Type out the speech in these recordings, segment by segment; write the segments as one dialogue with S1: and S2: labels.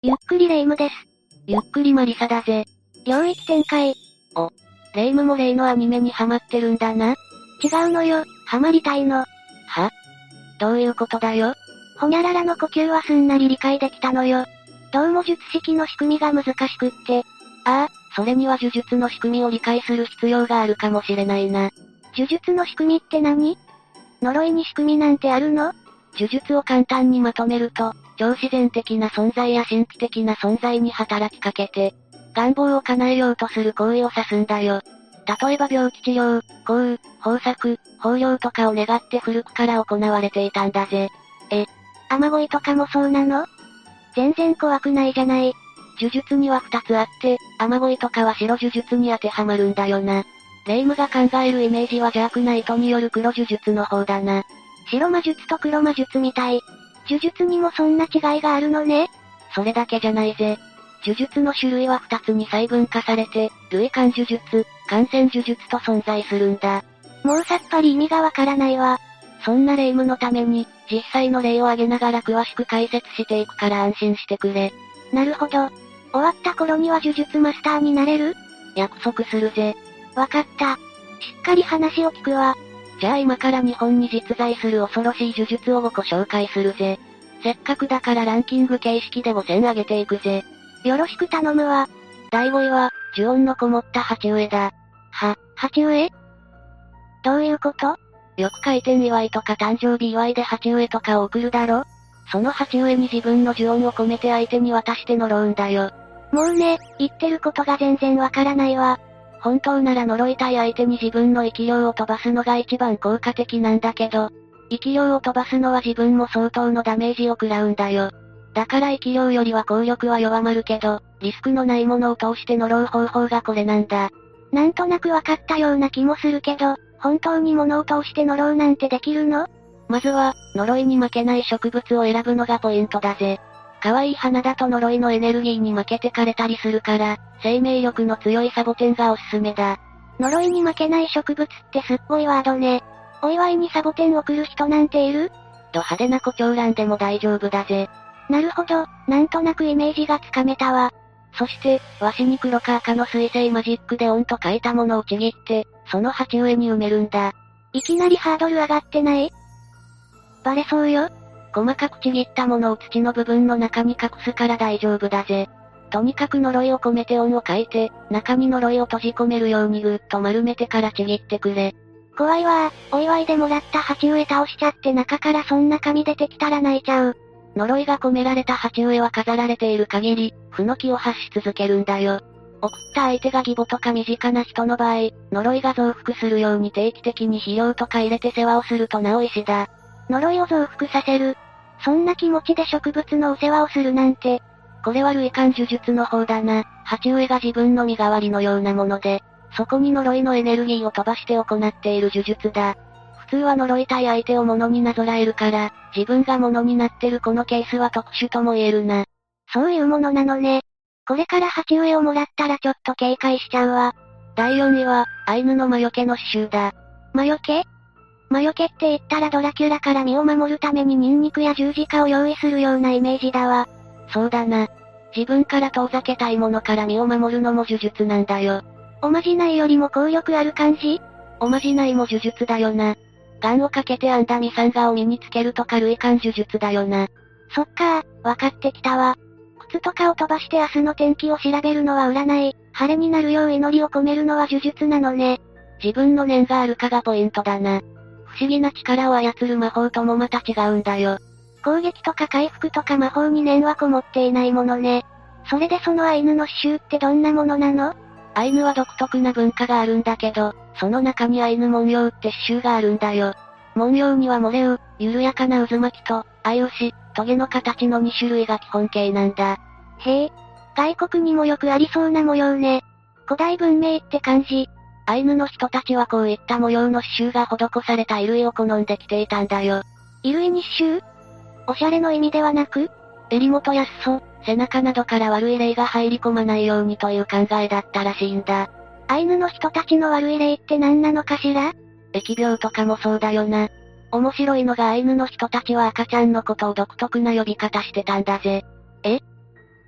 S1: ゆっくりレ夢ムです。
S2: ゆっくりマリサだぜ。
S1: 領域展開。
S2: レ夢ムも例のアニメにハマってるんだな。
S1: 違うのよ、ハマりたいの。
S2: は？どういうことだよ。
S1: ほにゃららの呼吸はすんなり理解できたのよ。どうも術式の仕組みが難しくって。
S2: ああ、それには呪術の仕組みを理解する必要があるかもしれないな。
S1: 呪術の仕組みって何？呪いに仕組みなんてあるの？
S2: 呪術を簡単にまとめると、超自然的な存在や神秘的な存在に働きかけて、願望を叶えようとする行為を指すんだよ。例えば病気治療、降雨、豊作、豊漁とかを願って古くから行われていたんだぜ。
S1: 雨乞いとかもそうなの？全然怖くないじゃない。
S2: 呪術には2つあって、雨乞いとかは白呪術に当てはまるんだよな。レ夢ムが考えるイメージは邪悪な意図による黒呪術の方だな。
S1: 白魔術と黒魔術みたい。呪術にもそんな違いがあるのね。
S2: それだけじゃないぜ。呪術の種類は2つに細分化されて、類感呪術、感染呪術と存在するんだ。
S1: もうさっぱり意味がわからないわ。
S2: そんなレ夢ムのために、実際の例を挙げながら詳しく解説していくから安心してくれ。
S1: なるほど。終わった頃には呪術マスターになれる？
S2: 約束するぜ。
S1: わかった。しっかり話を聞くわ。
S2: じゃあ今から日本に実在する恐ろしい呪術を5個紹介するぜ。せっかくだからランキング形式で5選上げていくぜ。
S1: よろしく頼むわ。
S2: 第5位は、呪音のこもった鉢植えだ。
S1: 鉢植え？どういうこと？
S2: よく開店祝いとか誕生日祝いで鉢植えとかを送るだろ？その鉢植えに自分の呪音を込めて相手に渡して呪うんだよ。
S1: もうね、言ってることが全然わからないわ。
S2: 本当なら呪いたい相手に自分の生き量を飛ばすのが一番効果的なんだけど、生き量を飛ばすのは自分も相当のダメージを食らうんだよ。だから生き量よりは効力は弱まるけど、リスクのないものを通して呪う方法がこれなんだ。
S1: なんとなくわかったような気もするけど、本当に物を通して呪うなんてできるの？
S2: まずは、呪いに負けない植物を選ぶのがポイントだぜ。可愛い花だと呪いのエネルギーに負けて枯れたりするから、生命力の強いサボテンがおすすめだ。
S1: 呪いに負けない植物ってすっごいワードね。お祝いにサボテンを送る人なんている？
S2: 派手な胡蝶蘭でも大丈夫だぜ。
S1: なるほど、なんとなくイメージがつかめたわ。
S2: そして、和紙に黒か赤の水星マジックでオンと書いたものをちぎって、その鉢植えに埋めるんだ。
S1: いきなりハードル上がってない？バレそうよ。
S2: 細かくちぎったものを土の部分の中に隠すから大丈夫だぜ。とにかく呪いを込めて音を書いて、中に呪いを閉じ込めるようにぐーっと丸めてからちぎってくれ。
S1: 怖いわー、お祝いでもらった鉢植え倒しちゃって中からそんな紙出てきたら泣いちゃう。
S2: 呪いが込められた鉢植えは飾られている限り、負の気を発し続けるんだよ。送った相手が義母とか身近な人の場合、呪いが増幅するように定期的に肥料とか入れて世話をするとなお石だ。
S1: 呪いを増幅させる。そんな気持ちで植物のお世話をするなんて。
S2: これは類感呪術の方だな。鉢植えが自分の身代わりのようなもので、そこに呪いのエネルギーを飛ばして行っている呪術だ。普通は呪いたい相手を物になぞらえるから、自分が物になってるこのケースは特殊とも言えるな。
S1: そういうものなのね。これから鉢植えをもらったらちょっと警戒しちゃうわ。
S2: 第4位は、アイヌの魔除けの刺繍だ。
S1: 魔除け？魔除けって言ったらドラキュラから身を守るためにニンニクや十字架を用意するようなイメージだわ。
S2: そうだな。自分から遠ざけたいものから身を守るのも呪術なんだよ。
S1: おまじないよりも効力ある感じ？
S2: おまじないも呪術だよな。ガンをかけて編んだミサンガを身につけるとか類感呪術だよな。
S1: そっかー、わかってきたわ。靴とかを飛ばして明日の天気を調べるのは占い、晴れになるよう祈りを込めるのは呪術なのね。
S2: 自分の念があるかがポイントだな。不思議な力を操る魔法ともまた違うんだよ。
S1: 攻撃とか回復とか魔法に念はこもっていないものね。それでそのアイヌの刺繍ってどんなものなの？
S2: アイヌは独特な文化があるんだけど、その中にアイヌ文様って刺繍があるんだよ。文様にはモレウ、緩やかな渦巻きと、相牛、トゲの形の2種類が基本形なんだ。
S1: へえ、外国にもよくありそうな模様ね。古代文明って感じ。
S2: アイヌの人たちはこういった模様の刺繍が施された衣類を好んで着ていたんだよ。
S1: 衣類に刺繍？おしゃれの意味ではなく？
S2: 襟元や裾、背中などから悪い霊が入り込まないようにという考えだったらしいんだ。
S1: アイヌの人たちの悪い霊って何なのかしら？
S2: 疫病とかもそうだよな。面白いのがアイヌの人たちは赤ちゃんのことを独特な呼び方してたんだぜ。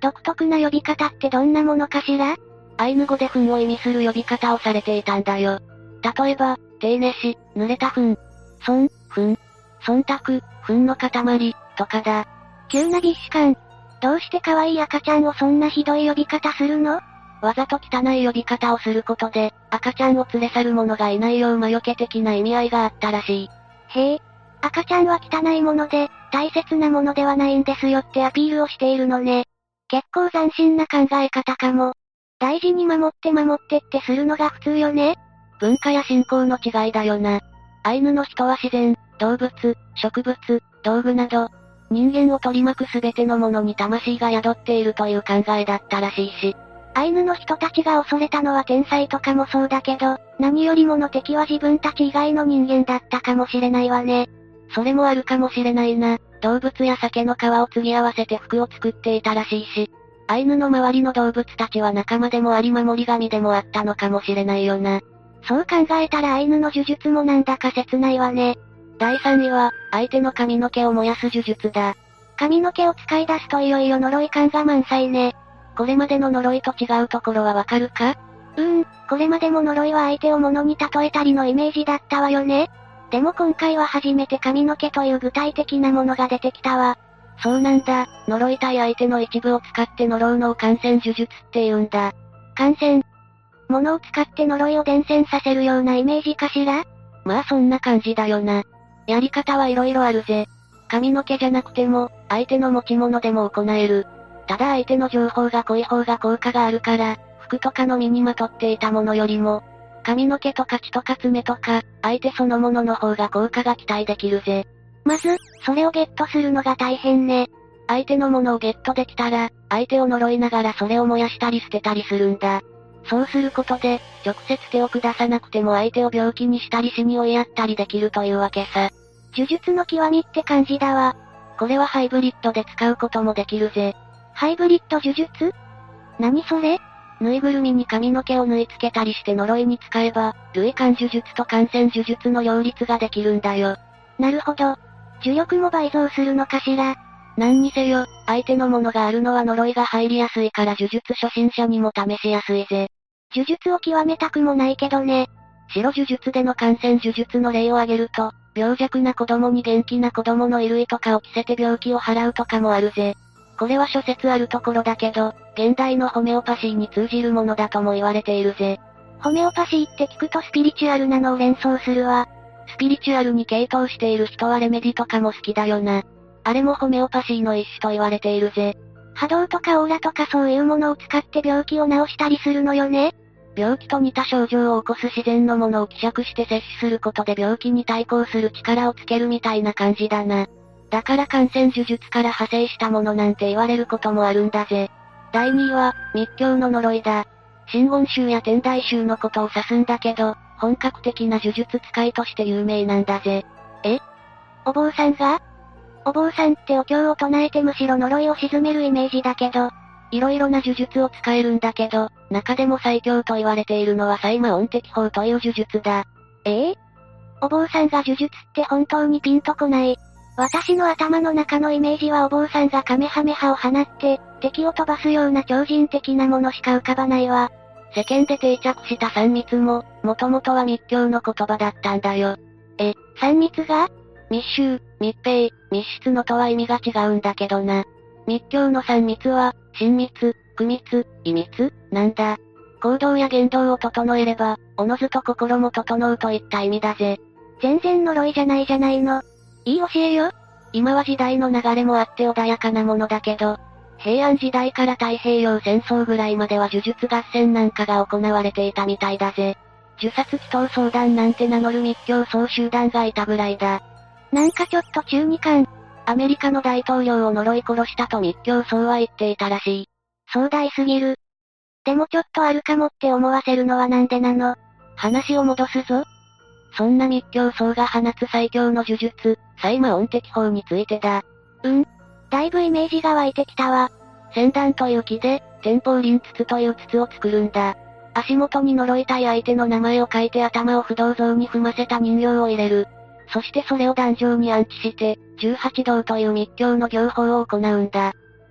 S1: 独特な呼び方ってどんなものかしら？
S2: アイヌ語で糞を意味する呼び方をされていたんだよ。例えば、手寝し、濡れた糞、忖度、糞の塊、とかだ。
S1: 急なビッシュ感。どうして可愛い赤ちゃんをそんなひどい呼び方するの？
S2: わざと汚い呼び方をすることで、赤ちゃんを連れ去る者がいないよう魔除け的な意味合いがあったらしい。
S1: へえ。赤ちゃんは汚いもので、大切なものではないんですよってアピールをしているのね。結構斬新な考え方かも。大事に守ってってするのが普通よね。
S2: 文化や信仰の違いだよな。アイヌの人は自然、動物、植物、道具など、人間を取り巻くすべてのものに魂が宿っているという考えだったらしいし。
S1: アイヌの人たちが恐れたのは天才とかもそうだけど、何よりもの敵は自分たち以外の人間だったかもしれないわね。
S2: それもあるかもしれないな。動物や鮭の皮を継ぎ合わせて服を作っていたらしいし、アイヌの周りの動物たちは仲間でもあり守り神でもあったのかもしれないよな。
S1: そう考えたらアイヌの呪術もなんだか切ないわね。
S2: 第3位は、相手の髪の毛を燃やす呪術だ。
S1: 髪の毛を使い出すといよいよ呪い感が満載ね。
S2: これまでの呪いと違うところはわかるか？
S1: これまでも呪いは相手を物に例えたりのイメージだったわよね。でも今回は初めて髪の毛という具体的なものが出てきたわ。
S2: そうなんだ。呪いたい相手の一部を使って呪うのを感染呪術って言うんだ。
S1: 感染。物を使って呪いを伝染させるようなイメージかしら？
S2: まあそんな感じだよな。やり方はいろいろあるぜ。髪の毛じゃなくても、相手の持ち物でも行える。ただ相手の情報が濃い方が効果があるから、服とかの身にまとっていたものよりも、髪の毛とか血とか爪とか、相手そのものの方が効果が期待できるぜ。
S1: まず、それをゲットするのが大変ね。
S2: 相手のものをゲットできたら、相手を呪いながらそれを燃やしたり捨てたりするんだ。そうすることで、直接手を下さなくても相手を病気にしたり死に追いやったりできるというわけさ。
S1: 呪術の極みって感じだわ。
S2: これはハイブリッドで使うこともできるぜ。
S1: ハイブリッド呪術？何それ？
S2: ぬいぐるみに髪の毛を縫い付けたりして呪いに使えば、類感呪術と感染呪術の両立ができるんだよ。
S1: なるほど。呪力も倍増するのかしら。
S2: 何にせよ、相手のものがあるのは呪いが入りやすいから呪術初心者にも試しやすいぜ。
S1: 呪術を極めたくもないけどね。
S2: 白呪術での感染呪術の例を挙げると、病弱な子供に元気な子供の衣類とかを着せて病気を払うとかもあるぜ。これは諸説あるところだけど、現代のホメオパシーに通じるものだとも言われているぜ。
S1: ホメオパシーって聞くとスピリチュアルなのを連想するわ。
S2: スピリチュアルに傾倒している人はレメディとかも好きだよな。あれもホメオパシーの一種と言われているぜ。
S1: 波動とかオーラとかそういうものを使って病気を治したりするのよね。
S2: 病気と似た症状を起こす自然のものを希釈して摂取することで病気に対抗する力をつけるみたいな感じだな。だから感染呪術から派生したものなんて言われることもあるんだぜ。第2位は、密教の呪いだ。真言宗や天台宗のことを指すんだけど、本格的な呪術使いとして有名なんだぜ。
S1: お坊さんが？お坊さんってお経を唱えてむしろ呪いを鎮めるイメージだけど、
S2: いろいろな呪術を使えるんだけど、中でも最強と言われているのは最魔音適法という呪術だ。
S1: お坊さんが呪術って本当にピンとこない。私の頭の中のイメージはお坊さんがカメハメハを放って、敵を飛ばすような超人的なものしか浮かばないわ。
S2: 世間で定着した三密も、もともとは密教の言葉だったんだよ。
S1: 三密が？
S2: 密集、密閉、密室のとは意味が違うんだけどな。密教の三密は、親密、苦密、異密、なんだ。行動や言動を整えれば、おのずと心も整うといった意味だぜ。
S1: 全然呪いじゃないじゃないの。いい教えよ。
S2: 今は時代の流れもあって穏やかなものだけど、平安時代から太平洋戦争ぐらいまでは呪術合戦なんかが行われていたみたいだぜ。呪殺祈祷相談なんて名乗る密教総集団がいたぐらいだ。
S1: なんかちょっと中二感。
S2: アメリカの大統領を呪い殺したと密教僧は言っていたらしい。
S1: 壮大すぎる。でもちょっとあるかもって思わせるのはなんでなの？
S2: 話を戻すぞ。そんな密教僧が放つ最強の呪術、最魔音適法についてだ。
S1: だいぶイメージが湧いてきたわ。
S2: 仙断という木で、天宝輪筒という筒を作るんだ。足元に呪いたい相手の名前を書いて頭を不動像に踏ませた人形を入れる。そしてそれを壇上に安置して、18道という密教の行法を行うんだ。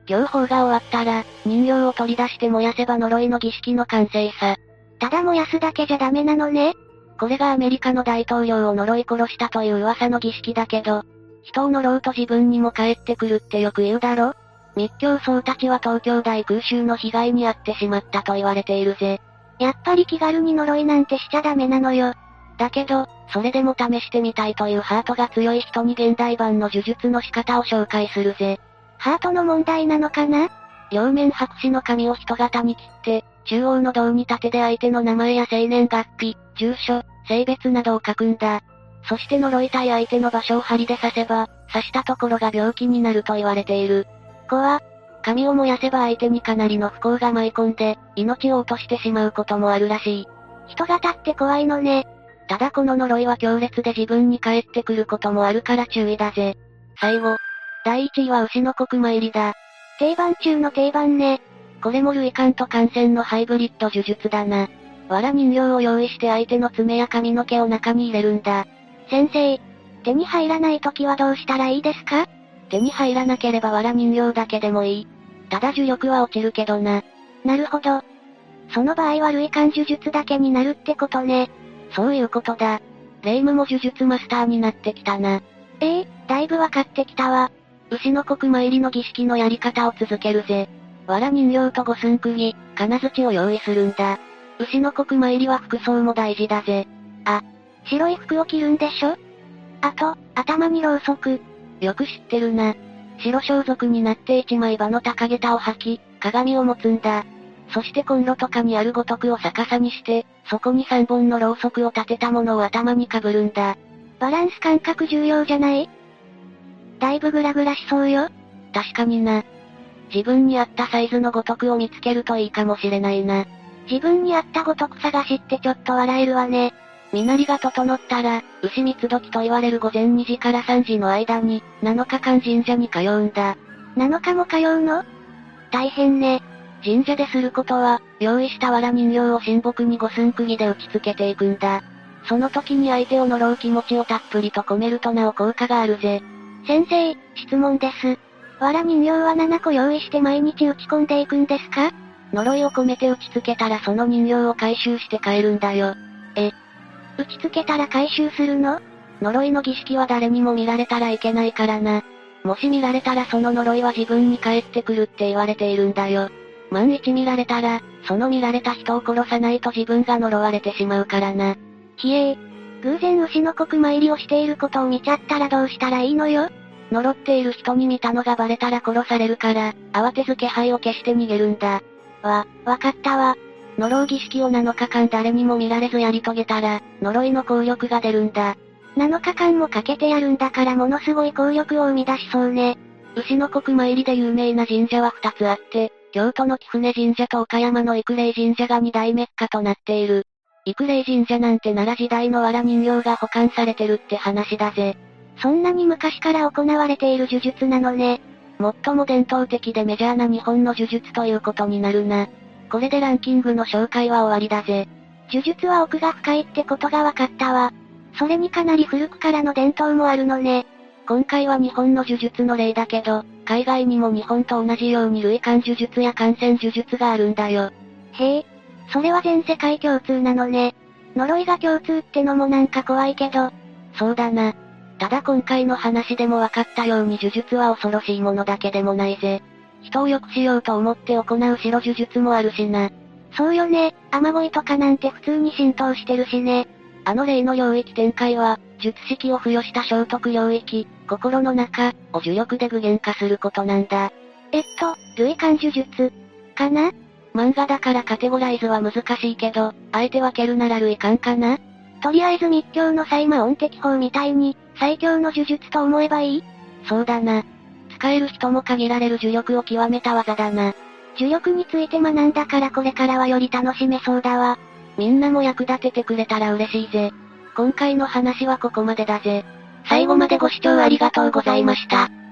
S2: 業法が終わったら、人形を取り出して燃やせば呪いの儀式の完成さ。
S1: ただ燃やすだけじゃダメなのね。
S2: これがアメリカの大統領を呪い殺したという噂の儀式だけど、人を呪うと自分にも返ってくるってよく言うだろ？密教僧たちは東京大空襲の被害に遭ってしまったと言われているぜ。
S1: やっぱり気軽に呪いなんてしちゃダメなのよ。
S2: だけど、それでも試してみたいというハートが強い人に現代版の呪術の仕方を紹介するぜ。
S1: ハートの問題なのかな？
S2: 両面白紙の紙を人型に切って、中央の胴に縦で相手の名前や生年月日、住所、性別などを書くんだ。そして呪いたい相手の場所を針で刺せば、刺したところが病気になると言われている。紙を燃やせば相手にかなりの不幸が舞い込んで、命を落としてしまうこともあるらしい。
S1: 人型って怖いのね。
S2: ただこの呪いは強烈で自分に返ってくることもあるから注意だぜ。最後。第1位は牛の国参りだ。
S1: 定番中の定番ね。
S2: これも類感と感染のハイブリッド呪術だな。藁人形を用意して相手の爪や髪の毛を中に入れるんだ。
S1: 先生、手に入らない時はどうしたらいいですか？
S2: 手に入らなければ藁人形だけでもいい。ただ呪力は落ちるけどな。
S1: なるほど。その場合は類感呪術だけになるってことね。
S2: そういうことだ。霊夢も呪術マスターになってきたな。
S1: だいぶわかってきたわ。
S2: 牛の国参りの儀式のやり方を続けるぜ。藁人形と五寸釘、金槌を用意するんだ。牛の国参りは服装も大事だぜ。
S1: 白い服を着るんでしょ？あと、頭にろうそく。
S2: よく知ってるな。白装束になって一枚刃の高下駄を履き、鏡を持つんだ。そしてコンロとかにある五徳を逆さにして、そこに3本のろうそくを立てたものを頭にかぶるんだ。
S1: バランス感覚重要じゃない？だいぶグラグラしそうよ。
S2: 確かにな。自分に合ったサイズの五徳を見つけるといいかもしれないな。
S1: 自分に合った五徳探しってちょっと笑えるわね。
S2: 身なりが整ったら、牛三つ時と言われる午前2時から3時の間に、7日間神社に通うんだ。
S1: 7日も通うの？大変ね。
S2: 神社ですることは、用意した藁人形を神木に五寸釘で打ち付けていくんだ。その時に相手を呪う気持ちをたっぷりと込めるとなお効果があるぜ。
S1: 先生、質問です。藁人形は7個用意して毎日打ち込んでいくんですか？
S2: 呪いを込めて打ち付けたらその人形を回収して帰るんだよ。
S1: 打ち付けたら回収するの？
S2: 呪いの儀式は誰にも見られたらいけないからな。もし見られたらその呪いは自分に返ってくるって言われているんだよ。万一見られたら、その見られた人を殺さないと自分が呪われてしまうからな。
S1: 偶然牛の国参りをしていることを見ちゃったらどうしたらいいのよ？
S2: 呪っている人に見たのがバレたら殺されるから、慌てず気配を消して逃げるんだ。
S1: わかったわ。
S2: 呪う儀式を7日間誰にも見られずやり遂げたら、呪いの効力が出るんだ。
S1: 7日間もかけてやるんだからものすごい効力を生み出しそうね。
S2: 牛の国参りで有名な神社は2つあって、京都の貴船神社と岡山の育霊神社が2大メッカとなっている。育霊神社なんて奈良時代の藁人形が保管されてるって話だぜ。
S1: そんなに昔から行われている呪術なのね。
S2: 最も伝統的でメジャーな日本の呪術ということになるな。これでランキングの紹介は終わりだぜ。
S1: 呪術は奥が深いってことが分かったわ。それにかなり古くからの伝統もあるのね。
S2: 今回は日本の呪術の例だけど、海外にも日本と同じように類感呪術や感染呪術があるんだよ。
S1: へえ、それは全世界共通なのね。呪いが共通ってのもなんか怖いけど。
S2: そうだな。ただ今回の話でも分かったように呪術は恐ろしいものだけでもないぜ。人を良くしようと思って行う白呪術もあるしな。
S1: そうよね、雨乞いとかなんて普通に浸透してるしね。
S2: あの霊の領域展開は、術式を付与した聖徳領域、心の中、を呪力で具現化することなんだ。
S1: 類感呪術、かな？
S2: 漫画だからカテゴライズは難しいけど、あえて分けるなら類感かな？
S1: とりあえず密教のサイマ音適法みたいに、最強の呪術と思えばいい？
S2: そうだな。使える人も限られる呪力を極めた技だな。
S1: 呪力について学んだからこれからはより楽しめそうだわ。
S2: みんなも役立ててくれたら嬉しいぜ。今回の話はここまでだぜ。最後までご視聴ありがとうございました。